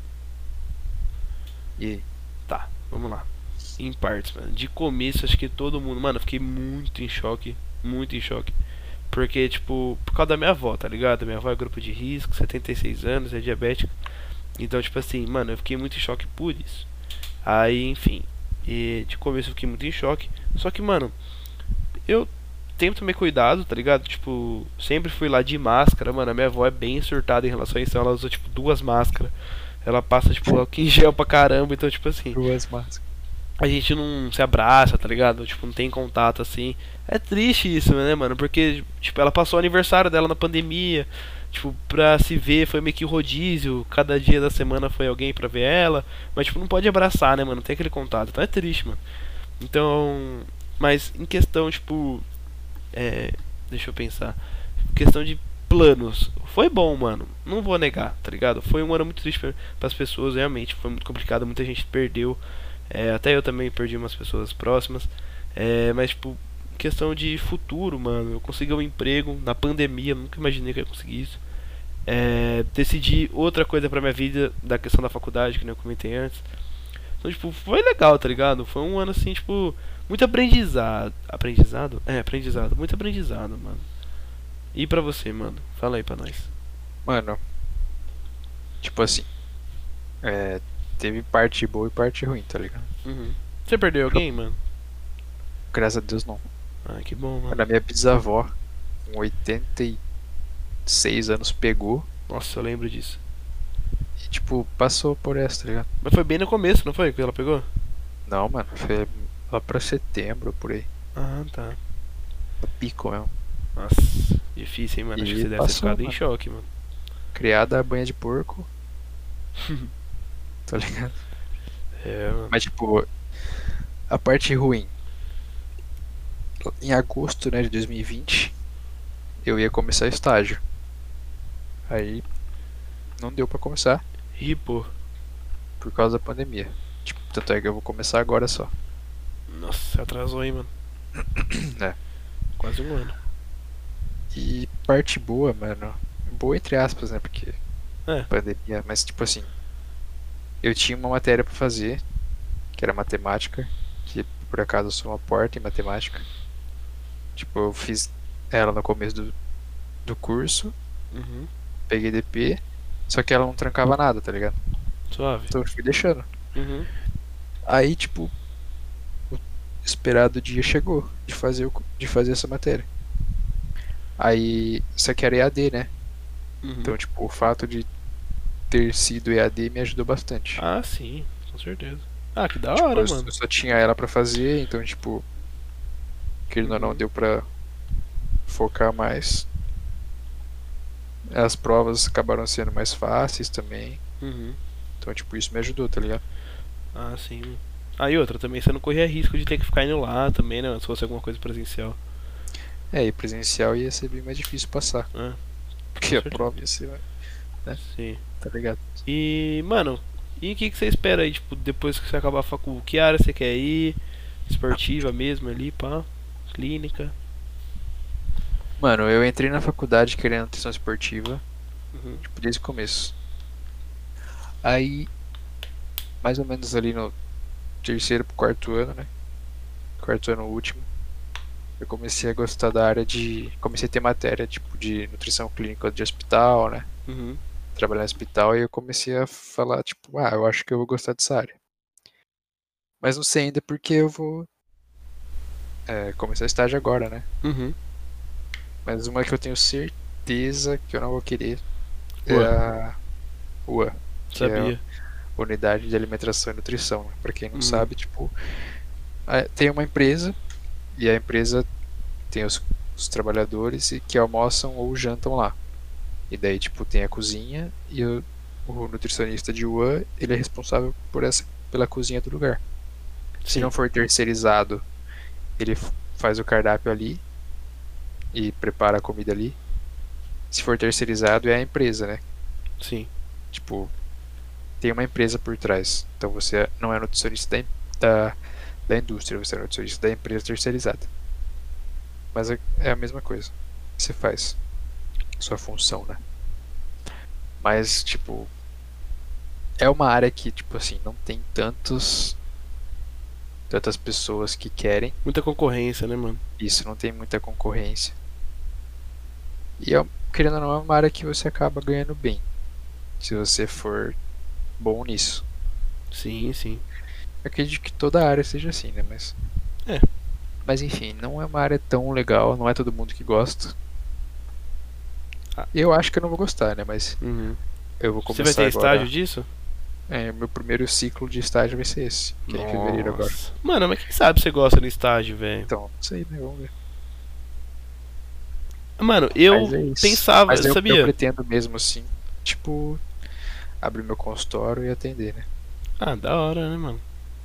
E aí? Tá, vamos lá. Em partes, mano. De começo, acho que todo mundo. Mano, eu fiquei muito em choque. Muito em choque. Porque, tipo, por causa da minha avó, tá ligado? Minha avó é grupo de risco, setenta e seis anos, é diabética. Então, tipo assim, mano, eu fiquei muito em choque por isso. Aí, enfim. E de começo eu fiquei muito em choque. Só que, mano, eu tento tomar cuidado, tá ligado? Tipo, sempre fui lá de máscara, mano. A minha avó é bem surtada em relação a isso. Ela usa, tipo, duas máscaras. Ela passa, tipo, álcool em gel pra caramba. Então, tipo assim, Duas máscaras. a gente não se abraça, tá ligado? Tipo, não tem contato assim. É triste isso, né, mano? Porque, tipo, ela passou o aniversário dela na pandemia. Tipo, pra se ver foi meio que rodízio. Cada dia da semana foi alguém pra ver ela. Mas, tipo, não pode abraçar, né, mano? Não tem aquele contato. Então é triste, mano. Então. Mas em questão, tipo. É. Deixa eu pensar. Questão de planos. Foi bom, mano. Não vou negar, tá ligado? Foi um ano muito triste para as pessoas, realmente. Foi muito complicado. Muita gente perdeu. É, até eu também perdi umas pessoas próximas. É, mas, tipo, questão de futuro, mano. Eu consegui um emprego na pandemia. Nunca imaginei que eu ia conseguir isso. É, decidi outra coisa pra minha vida, da questão da faculdade, que nem eu comentei antes. Então, tipo, foi legal, tá ligado? Foi um ano assim, tipo, muito aprendizado. Aprendizado? É, aprendizado. Muito aprendizado, mano. E pra você, mano? Fala aí pra nós. Mano, tipo assim, é, teve parte boa e parte ruim, tá ligado? Uhum. Você perdeu alguém, mano? Graças a Deus não. Ah, que bom, mano. A minha bisavó, com oitenta e seis anos, pegou Nossa, eu lembro disso. e, tipo, passou por essa, tá ligado? Mas foi bem no começo, não foi? Que ela pegou? Não, mano, foi lá pra setembro, por aí. Ah, tá. No pico mesmo. Nossa, difícil, hein, mano. Acho que E você deve ter passou, ficado em mano. choque, mano. Criada a banha de porco, tá ligado? É, mano. Mas, tipo, a parte ruim. Em agosto, né, de dois mil e vinte, eu ia começar estágio. Aí não deu pra começar Ih, pô. por causa da pandemia. Tipo, tanto é que eu vou começar agora só. Nossa, atrasou, hein, mano. É. Quase um ano. E parte boa, mano. Boa entre aspas, né? Porque É. pandemia, mas tipo assim, eu tinha uma matéria pra fazer, que era matemática, que por acaso eu sou uma porta em matemática. Tipo, eu fiz ela no começo do, do curso, Uhum. peguei D P, só que ela não trancava nada, tá ligado? Suave. Então eu fui deixando. Uhum. Aí, tipo, o esperado dia chegou de fazer, o, de fazer essa matéria. Aí, isso aqui era E A D, né? Uhum. Então, tipo, o fato de ter sido E A D me ajudou bastante. Ah, sim, com certeza. Ah, que da Tipo, hora, eu mano. eu só tinha ela pra fazer, então, tipo, querendo ou não, Uhum. deu pra focar mais. As provas acabaram sendo mais fáceis também. Uhum. Então, tipo, isso me ajudou, tá ligado? Ah, sim. Ah, e outra, também você não corria risco de ter que ficar indo lá também, né? Se fosse alguma coisa presencial. É, e presencial ia ser bem mais difícil passar. Ah, Porque a certeza. prova ia ser, né? Sim. Tá ligado? E, mano, e o que, que você espera aí, tipo, depois que você acabar a facul? Que área você quer ir? Esportiva mesmo ali, pá? Clínica? Mano, eu entrei na faculdade querendo nutrição esportiva, Uhum. tipo, desde o começo. Aí, mais ou menos ali no terceiro pro quarto ano, né? Quarto ano último, eu comecei a gostar da área de. Comecei a ter matéria, tipo, de nutrição clínica de hospital, né? Uhum. trabalhar no hospital e eu comecei a falar, tipo, ah, eu acho que eu vou gostar dessa área. Mas não sei ainda porque eu vou é, começar estágio agora, né? Uhum. Mas uma que eu tenho certeza que eu não vou querer é Ué, a U A, que é a sabia. Unidade de Alimentação e Nutrição, né? Pra quem não Uhum. sabe, tipo, a- tem uma empresa e a empresa tem os, os trabalhadores e que almoçam ou jantam lá. E daí, tipo, tem a cozinha e o, o nutricionista de U A, ele é responsável por essa, pela cozinha do lugar. Se Sim, não for terceirizado, ele f- faz o cardápio ali e prepara a comida ali. Se for terceirizado, é a empresa, né? sim. Tipo, tem uma empresa por trás. Então você não é nutricionista da, da, da indústria, você é nutricionista da empresa terceirizada. Mas é, é a mesma coisa que você faz. Sua função, né? Mas, tipo, é uma área que, tipo assim, não tem tantos, tantas pessoas que querem. Muita concorrência, né, mano? Isso, não tem muita concorrência. E, é, querendo ou não, é uma área que você acaba ganhando bem. Se você for bom nisso. Sim, sim. Eu acredito que toda área seja assim, né? Mas, É. mas enfim, não é uma área tão legal, não é todo mundo que gosta. Ah, Eu acho que eu não vou gostar, né? Mas uhum. eu vou Você vai começar ter estágio agora. disso? É, meu primeiro ciclo de estágio vai ser esse, que é em fevereiro agora. Nossa. Mano, mas quem sabe você gosta do estágio, velho? Então, não sei, né? Vamos ver. Mano, Mas eu é isso. pensava, Mas eu, eu sabia? pretendo mesmo assim, tipo, abrir meu consultório e atender, né? Ah, da hora, né, mano?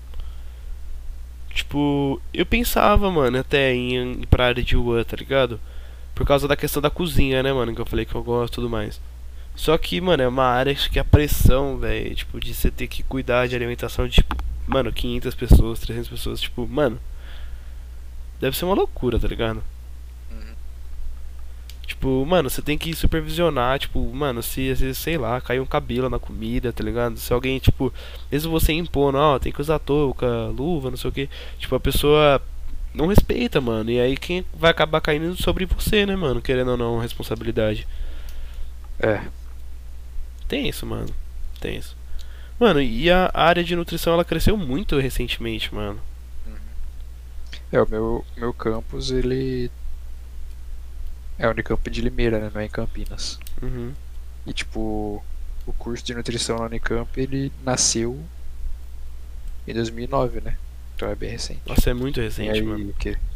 Tipo, eu pensava, mano, até em ir pra área de U A, tá ligado? Por causa da questão da cozinha, né, mano? Que eu falei que eu gosto e tudo mais. Só que, mano, é uma área que a pressão, velho, tipo, de você ter que cuidar de alimentação de, tipo, mano, quinhentas pessoas, trezentas pessoas, tipo, mano, deve ser uma loucura, tá ligado? Uhum. Tipo, mano, você tem que supervisionar, tipo, mano, se às vezes, sei lá, cai um cabelo na comida, tá ligado? Se alguém, tipo, mesmo você impondo, ó, tem que usar touca, luva, não sei o que, tipo, a pessoa não respeita, mano, e aí quem vai acabar caindo sobre você, né, mano, querendo ou não, responsabilidade. É. Tem isso, mano, tem isso. Mano, e a área de nutrição, ela cresceu muito recentemente, mano. Uhum. É, o meu, meu campus, ele é Unicamp de Limeira, né? Não é em Campinas. Uhum. E, tipo, o curso de nutrição na Unicamp, ele nasceu em dois mil e nove, né? Então é bem recente. Nossa, é muito Tem recente, mano. aí, o quê?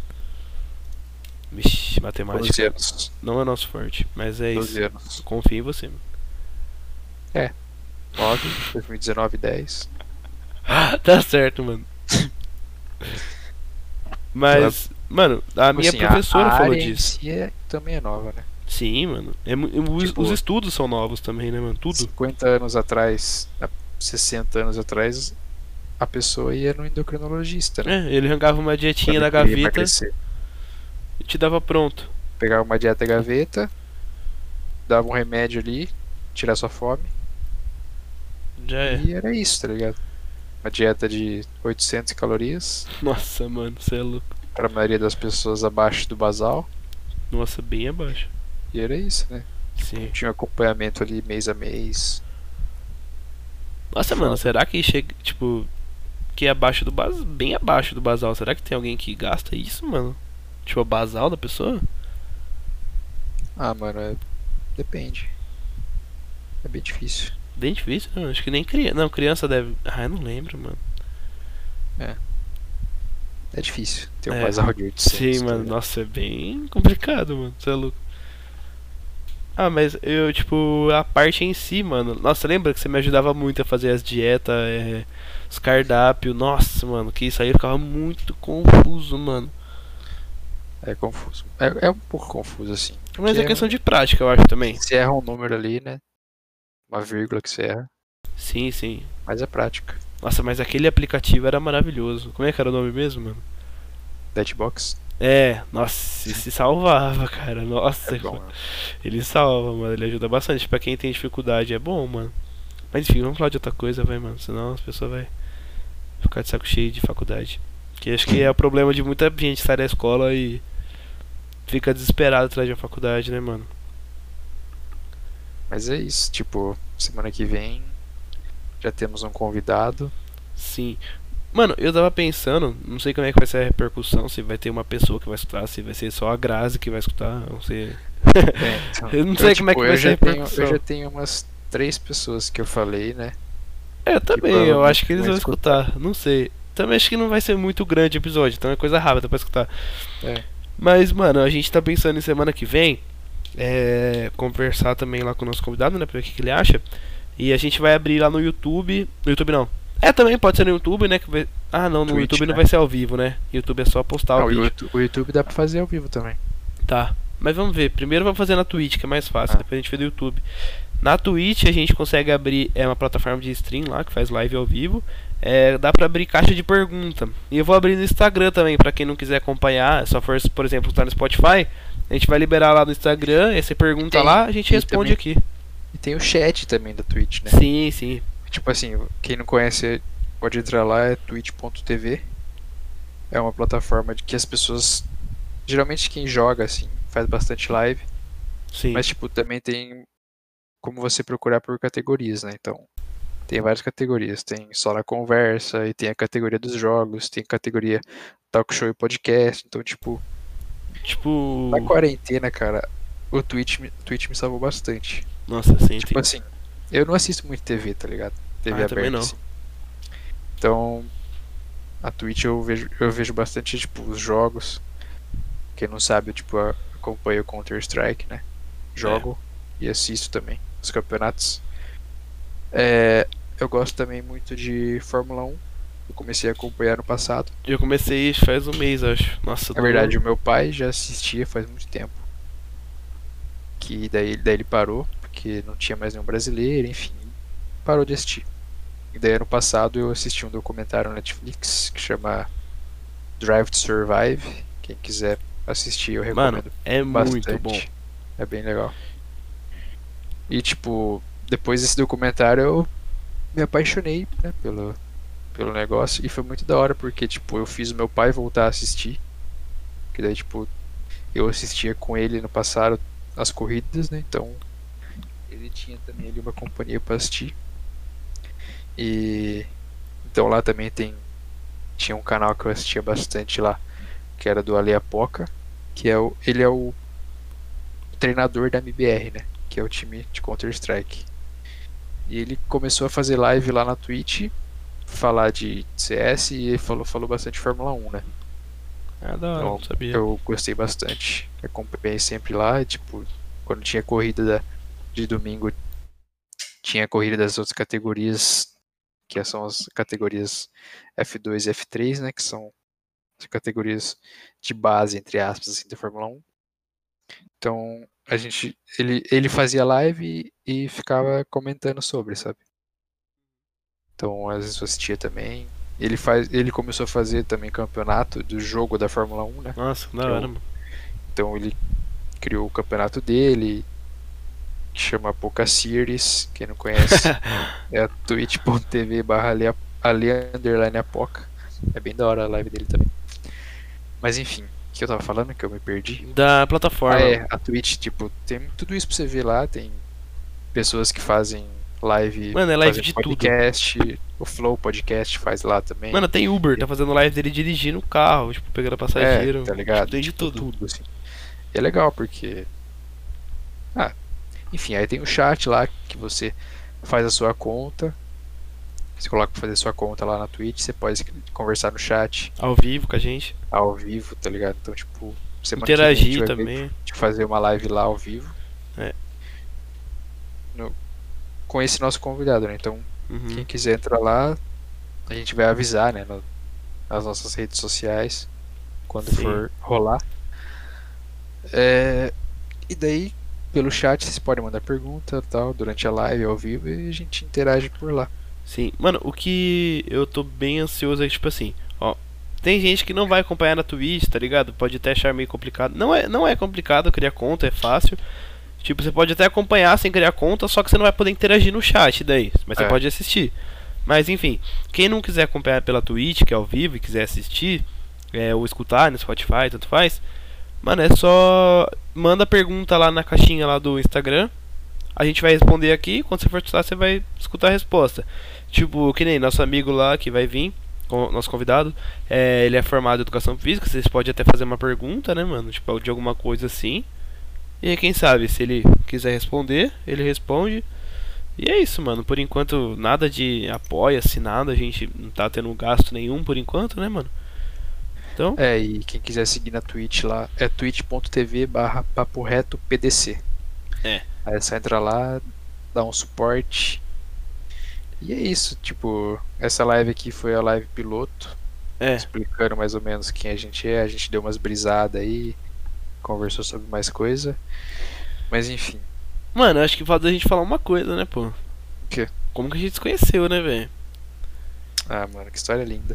Vixe, doze matemática anos. não é nosso forte, mas é isso. doze Eu anos. confio em você, mano. É, nove, dois mil e dezenove, dez. Tá certo, mano. Então, é, Mas, mano, a tipo minha assim, a, a professora falou área em disso. si é, também é nova, né? Sim, mano. É, mu- os, os Tipo, estudos são novos também, né, mano? Tudo. cinquenta anos atrás, há sessenta anos atrás, a pessoa ia no endocrinologista, né? É, ele arrancava uma dietinha Quando da queria gaveta emagrecer. e te dava pronto. Pegava uma dieta gaveta, dava um remédio ali, tirar sua fome, Já é. e era isso, tá ligado? Uma dieta de oitocentas calorias, Nossa, mano, você é louco. para a maioria das pessoas abaixo do basal, Nossa, bem abaixo. e era isso, né? Tipo, Sim. tinha um acompanhamento ali mês a mês. Nossa, mano, Foda. será que chega, tipo, que é abaixo do basal, bem abaixo do basal? Será que tem alguém que gasta isso, mano? Tipo, a basal da pessoa? Ah, mano, é- depende. É bem difícil. Bem difícil, né? Acho que nem criança. Não, criança deve. Ah, eu não lembro, mano. É, é difícil ter um É. basal de Sim, oitocentos, tá mano. ligado? Nossa, é bem complicado, mano. Você é louco. Ah, mas eu, tipo, a parte em si, mano. Nossa, lembra que você me ajudava muito a fazer as dietas, é, os cardápios. Nossa, mano, que isso aí eu ficava muito confuso, mano. É confuso. É, é um pouco confuso, assim. Mas Porque é é questão um- de prática, eu acho também. se erra um número ali, né? Uma vírgula que você erra, Sim, sim. mas é prática. Nossa, mas aquele aplicativo era maravilhoso. Como é que era o nome mesmo, mano? Deadbox É, nossa, se salvava, cara. é Nossa, bom, né? ele salva, mano. Ele ajuda bastante. Pra quem tem dificuldade, é bom, mano. Mas enfim, vamos falar de outra coisa, vai, mano. Senão as pessoas vão ficar de saco cheio de faculdade. Que acho que é o problema de muita gente sair da escola e fica desesperado atrás de uma faculdade, né, mano? Mas Mas é isso, tipo, semana que vem já temos um convidado. Sim. Mano, eu tava pensando, não sei como é que vai ser a repercussão, se vai ter uma pessoa que vai escutar, se vai ser só a Grazi que vai escutar, não sei. É, então, Eu não sei como é tipo, que vai eu ser a já tenho, repercussão. eu já tenho umas três pessoas que eu falei, né? É, eu Que também, eu acho provavelmente que eles vão vão escutar. escutar, não sei. Também acho que não vai ser muito grande o episódio, então é coisa rápida pra escutar. É, Mas, mano, a gente tá pensando em semana que vem, é, conversar também lá com o nosso convidado, né, pra ver o que, que ele acha. E a gente vai abrir lá no YouTube. No YouTube não. É, também pode ser no YouTube, né? que vai- Ah, não, no Twitch, YouTube não né? vai ser ao vivo, né? YouTube é só postar Ah, o o vídeo. YouTube, o YouTube dá pra fazer ao vivo também. Tá. Mas vamos ver. Primeiro vamos fazer na Twitch, que é mais fácil. Ah, Depois a gente vê do YouTube. Na Twitch a gente consegue abrir. É uma plataforma de stream lá que faz live ao vivo. É, dá pra abrir caixa de pergunta. E eu vou abrir no Instagram também, pra quem não quiser acompanhar. Só for, por exemplo, estar no Spotify. A gente vai liberar lá no Instagram. Aí você pergunta tem, lá, a gente e responde também, aqui. e tem o chat também da Twitch, né? Sim, sim. Tipo assim, quem não conhece pode entrar lá, é twitch ponto tv. É uma plataforma de que as pessoas, geralmente quem joga assim, faz bastante live, Sim. mas tipo, também tem como você procurar por categorias, né? Então, tem várias categorias, tem só na conversa, e tem a categoria dos jogos, tem a categoria talk show e podcast. Então, tipo, na Tipo. quarentena, cara, o Twitch, me- o Twitch me salvou bastante. Nossa, sim, Tipo tem. assim, eu não assisto muito T V, tá ligado? T V Ah, também aberta, não. assim. Então, a Twitch eu vejo, eu vejo bastante, tipo, os jogos. Quem não sabe, eu, tipo, a- acompanho o Counter-Strike, né? É. Jogo e assisto também os campeonatos. É, eu gosto também muito de Fórmula um. Eu comecei a acompanhar no passado. Eu comecei faz um mês, acho. Nossa, Na do. verdade, o meu pai já assistia faz muito tempo. Que daí, daí ele parou, porque não tinha mais nenhum brasileiro, enfim, parou de assistir. E daí ano passado eu assisti um documentário na Netflix que chama Drive to Survive. Quem quiser assistir, eu Mano, recomendo é muito bom. bastante. É bem legal. E tipo, depois desse documentário eu me apaixonei, né, pelo, pelo negócio. E foi muito da hora, porque tipo, eu fiz o meu pai voltar a assistir. Que daí, tipo, eu assistia com ele no passado as corridas, né? Então ele tinha também ali uma companhia para assistir. E então lá também tem tinha um canal que eu assistia bastante lá, que era do Ale Apoca, que é o ele é o treinador da M B R, né? Que é o time de Counter Strike. E ele começou a fazer live lá na Twitch, falar de C S e ele falou falou bastante de Fórmula um, né? Ah, da hora, não Então sabia. eu gostei bastante. Acompanhei sempre lá, e, tipo, quando tinha corrida da- de domingo, tinha corrida das outras categorias, que são as categorias F dois e F três, né? Que são as categorias de base, entre aspas, assim, da Fórmula um. Então a gente. Ele, ele fazia live e, e ficava comentando sobre, sabe? Então às vezes eu assistia também. Ele, faz, ele começou a fazer também campeonato do jogo da Fórmula um, né? Nossa, da Que é hora, o, mano. então ele criou o campeonato dele, que chama Poca Series. Quem não conhece, é a twitch ponto tv barra ale ale underline apoca. É bem da hora a live dele também. Mas enfim, o que eu tava falando que eu me perdi? Da Ah, plataforma. é, a Twitch, tipo, tem tudo isso pra você ver lá. Tem pessoas que fazem live, Mano, é live fazem de tudo. podcast. O Flow Podcast faz lá também. Mano, tem Uber, tá fazendo live dele dirigindo o carro, tipo, pegando passageiro. É, tá Tipo, ligado? tem de Tipo, tudo. tudo, assim. E é legal porque. Ah, enfim, aí tem o chat lá que você faz a sua conta. Você coloca pra fazer sua conta lá na Twitch, você pode conversar no chat Ao vivo com a gente. ao vivo, tá ligado? Então, tipo, semana que vem a gente Interagir vai ver também. de fazer uma live lá ao vivo. É. No- com esse nosso convidado, né? Então, Uhum. quem quiser entrar lá, a gente vai avisar, né? no- nas nossas redes sociais, quando Sim. for rolar. É, e daí, pelo chat, vocês podem mandar pergunta tal, durante a live ao vivo e a gente interage por lá. Sim. Mano, o que eu tô bem ansioso é que, tipo assim, ó. Tem gente que não vai acompanhar na Twitch, tá ligado? Pode até achar meio complicado. Não é, não é complicado criar conta, é fácil. Tipo, você pode até acompanhar sem criar conta, só que você não vai poder interagir no chat daí. Mas você É. pode assistir. Mas enfim, quem não quiser acompanhar pela Twitch, que é ao vivo, e quiser assistir, é, ou escutar no Spotify, tanto faz. Mano, é só. Manda pergunta lá na caixinha lá do Instagram. a gente vai responder aqui, quando você for escutar, você vai escutar a resposta. Tipo, que nem nosso amigo lá que vai vir, com- nosso convidado, é, ele é formado em educação física, vocês podem até fazer uma pergunta, né, mano? Tipo, de alguma coisa assim. E aí, quem sabe, se ele quiser responder, ele responde. E é isso, mano. Por enquanto, nada de apoia-se, nada. A gente não tá tendo gasto nenhum por enquanto, né, mano? Então, É, e quem quiser seguir na Twitch lá é twitch.tv barra papo reto pdc. É. Aí é só entra lá, dá um suporte. E é isso, tipo, essa live aqui foi a live piloto, é. explicando mais ou menos quem a gente é, a gente deu umas brisadas aí, conversou sobre mais coisa. Mas enfim. Mano, acho que falta a gente falar uma coisa, né, pô? O quê? Como que a gente se conheceu, né, velho? Ah, mano, que história linda.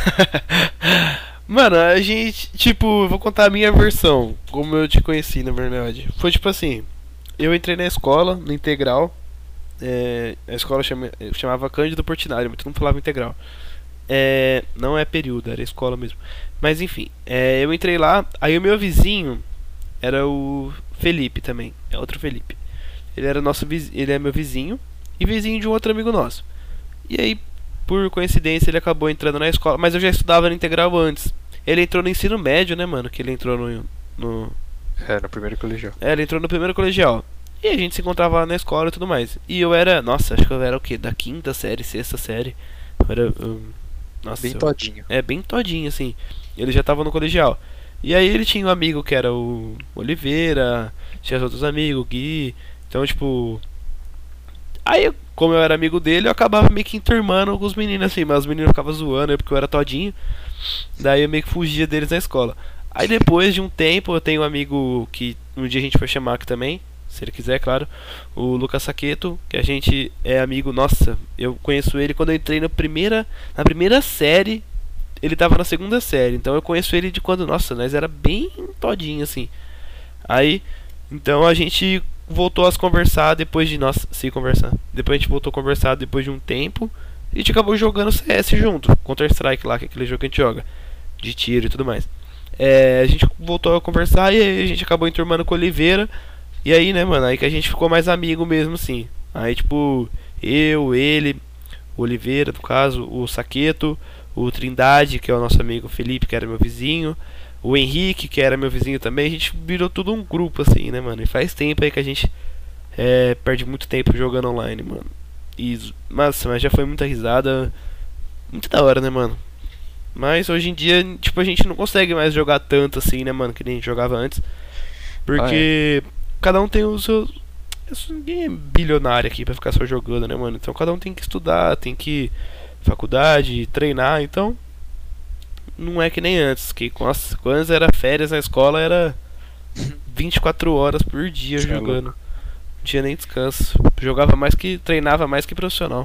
Mano, a gente, tipo, eu vou contar a minha versão, como eu te conheci, na verdade. Foi tipo assim, eu entrei na escola, no integral. É, a escola chama, chamava Cândido Portinari, mas tu não falava integral. É, não é período, era escola mesmo. Mas enfim, é, eu entrei lá, aí o meu vizinho era o Felipe também, é outro Felipe. Ele era nosso vizinho, ele é meu vizinho e vizinho de um outro amigo nosso. E aí, por coincidência, ele acabou entrando na escola, mas eu já estudava no integral antes. Ele entrou no ensino médio, né, mano? Que ele entrou no, no É, no primeiro colegial. é, ele entrou no primeiro colegial. E a gente se encontrava lá na escola e tudo mais. E eu era, nossa, acho que eu era o quê? Da quinta série, sexta série. Eu era, um, nossa, Bem eu- todinho. é, bem todinho, assim. Ele já tava no colegial. E aí ele tinha um amigo que era o Oliveira, tinha os outros amigos, o Gui. Então, tipo. Aí, eu- como eu era amigo dele, eu acabava meio que enturmando com os meninos, assim. Mas os meninos ficavam zoando, porque eu era todinho. Daí eu meio que fugia deles na escola. Aí depois de um tempo, eu tenho um amigo que um dia a gente foi chamar aqui também. Se ele quiser, claro. O Lucas Saqueto, que a gente é amigo. Nossa, eu conheço ele quando eu entrei na primeira, na primeira série. Ele tava na segunda série. Então eu conheço ele de quando, nossa, nós era bem todinho assim. Aí, então a gente voltou a se conversar depois de nós se conversar. Depois a gente voltou a conversar depois de um tempo. E a gente acabou jogando C S junto. Counter Strike lá, que é aquele jogo que a gente joga. De tiro e tudo mais. É, a gente voltou a conversar e aí a gente acabou enturmando com o Oliveira. E aí, né, mano, aí que a gente ficou mais amigo mesmo, assim. Aí, tipo, eu, ele, o Oliveira, no caso, o Saqueto, o Trindade, que é o nosso amigo Felipe, que era meu vizinho, o Henrique, que era meu vizinho também. A gente virou tudo um grupo, assim, né, mano? E faz tempo aí que a gente é, perde muito tempo jogando online, mano. E, nossa, mas já foi muita risada. Muito da hora, né, mano? Mas hoje em dia, tipo, a gente não consegue mais jogar tanto assim, né, mano? Que nem a gente jogava antes. Porque cada um tem os seus. Isso, ninguém é bilionário aqui pra ficar só jogando, né, mano? Então cada um tem que estudar, tem que faculdade, treinar, então não é que nem antes, que nossa, quando antes era férias na escola era vinte e quatro horas por dia Cê é jogando. Não tinha nem descanso. Jogava mais que treinava mais que profissional.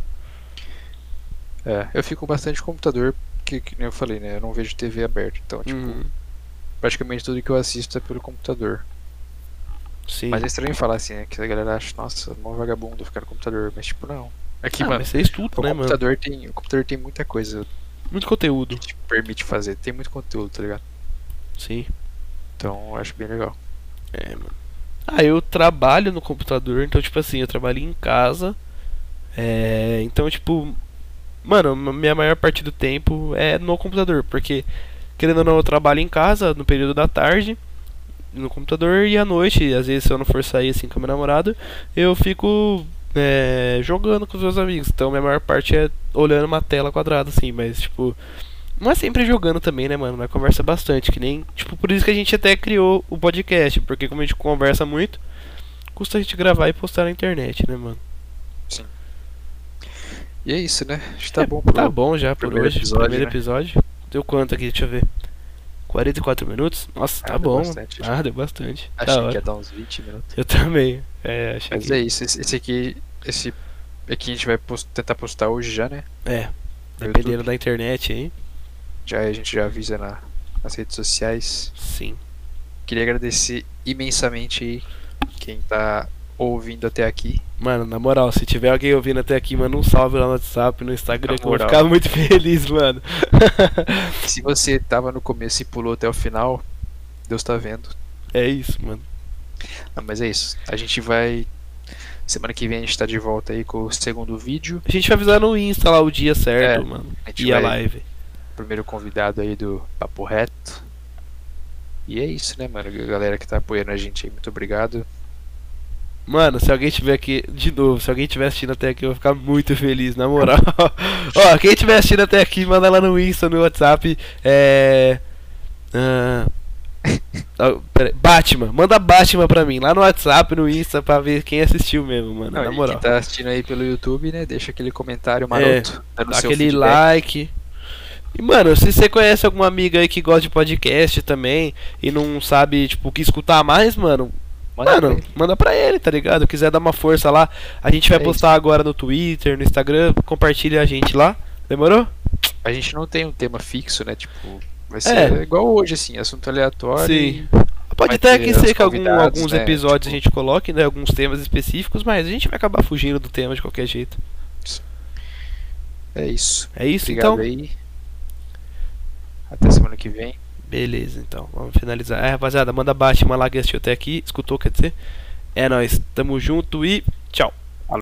É, eu fico bastante com computador, porque, que nem eu falei, né? Eu não vejo T V aberta, então, tipo, Uhum. praticamente tudo que eu assisto é pelo computador. Sim. Mas é estranho falar assim, né? Que a galera acha, nossa, mó vagabundo ficar no computador, mas tipo, não. Aqui, Ah, mano, mas você estuda, o né, mano? computador tem, o computador tem muita coisa Muito conteúdo. que te permite fazer, tem muito conteúdo, tá ligado? Sim. Então, eu acho bem legal. É, mano. Ah, eu trabalho no computador, então, tipo assim, eu trabalho em casa. É, então, tipo, mano, a minha maior parte do tempo é no computador, porque, querendo ou não, eu trabalho em casa no período da tarde, no computador, e à noite, às vezes, se eu não for sair assim com a minha namorada, eu fico é, jogando com os meus amigos. Então, minha maior parte é olhando uma tela quadrada, assim, mas, tipo, não é sempre jogando também, né, mano? Mas conversa bastante, que nem. Tipo, por isso que a gente até criou o podcast, porque como a gente conversa muito, custa a gente gravar e postar na internet, né, mano? E é isso, né? Acho que tá É, bom pro Tá bom já por primeiro hoje. episódio, Primeiro né? episódio. Deu quanto aqui? Deixa eu ver. quarenta e quatro minutos? Nossa, tá Ah, deu bom. bastante. Ah, deu bastante. Da Achei que hora. ia dar uns vinte minutos. Eu também. É, achei Mas que. é isso, esse, esse aqui, esse aqui a gente vai post- tentar postar hoje já, né? É, No dependendo YouTube. da internet aí. Já a gente já avisa na, nas redes sociais. Sim. Queria agradecer imensamente aí quem tá ouvindo até aqui. Mano, na moral, se tiver alguém ouvindo até aqui, manda um salve lá no WhatsApp, no Instagram, Na que eu vou moral. ficar muito feliz, mano. Se você tava no começo e pulou até o final, Deus tá vendo. É isso, mano. Ah, mas é isso. A gente vai Semana que vem a gente tá de volta aí com o segundo vídeo. A gente vai avisar no Insta lá o dia certo, É, mano. a gente E a vai- live. Primeiro convidado aí do Papo Reto. E é isso, né, mano? A galera que tá apoiando a gente aí, muito obrigado. Mano, se alguém tiver aqui, de novo, se alguém tiver assistindo até aqui, eu vou ficar muito feliz, na moral. Ó, quem tiver assistindo até aqui, manda lá no Insta, no WhatsApp. É. ah, ah, pera aí, Batman, manda Batman pra mim, lá no WhatsApp, no Insta, pra ver quem assistiu mesmo, mano, Não, na e moral. quem tá assistindo aí pelo YouTube, né? Deixa aquele comentário maroto, dando Dá seu aquele feedback. like. E, mano, se você conhece alguma amiga aí que gosta de podcast também e não sabe, tipo, o que escutar mais, mano, Manda pra mano, ele. manda pra ele, tá ligado? Quiser dar uma força lá, a gente vai É postar agora no Twitter, no Instagram, compartilha a gente lá. Demorou? A gente não tem um tema fixo, né? Tipo, vai É. ser igual hoje, assim, assunto aleatório. Sim. e- Pode Vai até ter que os ser que algum- convidados, alguns né, episódios tipo- a gente coloque, né? Alguns temas específicos, mas a gente vai acabar fugindo do tema de qualquer jeito. É isso. É isso Obrigado então? aí. Até semana que vem. Beleza, então. Vamos finalizar. É, rapaziada, manda Batman lá que assistiu até aqui, escutou, quer dizer. É nóis, tamo junto e tchau.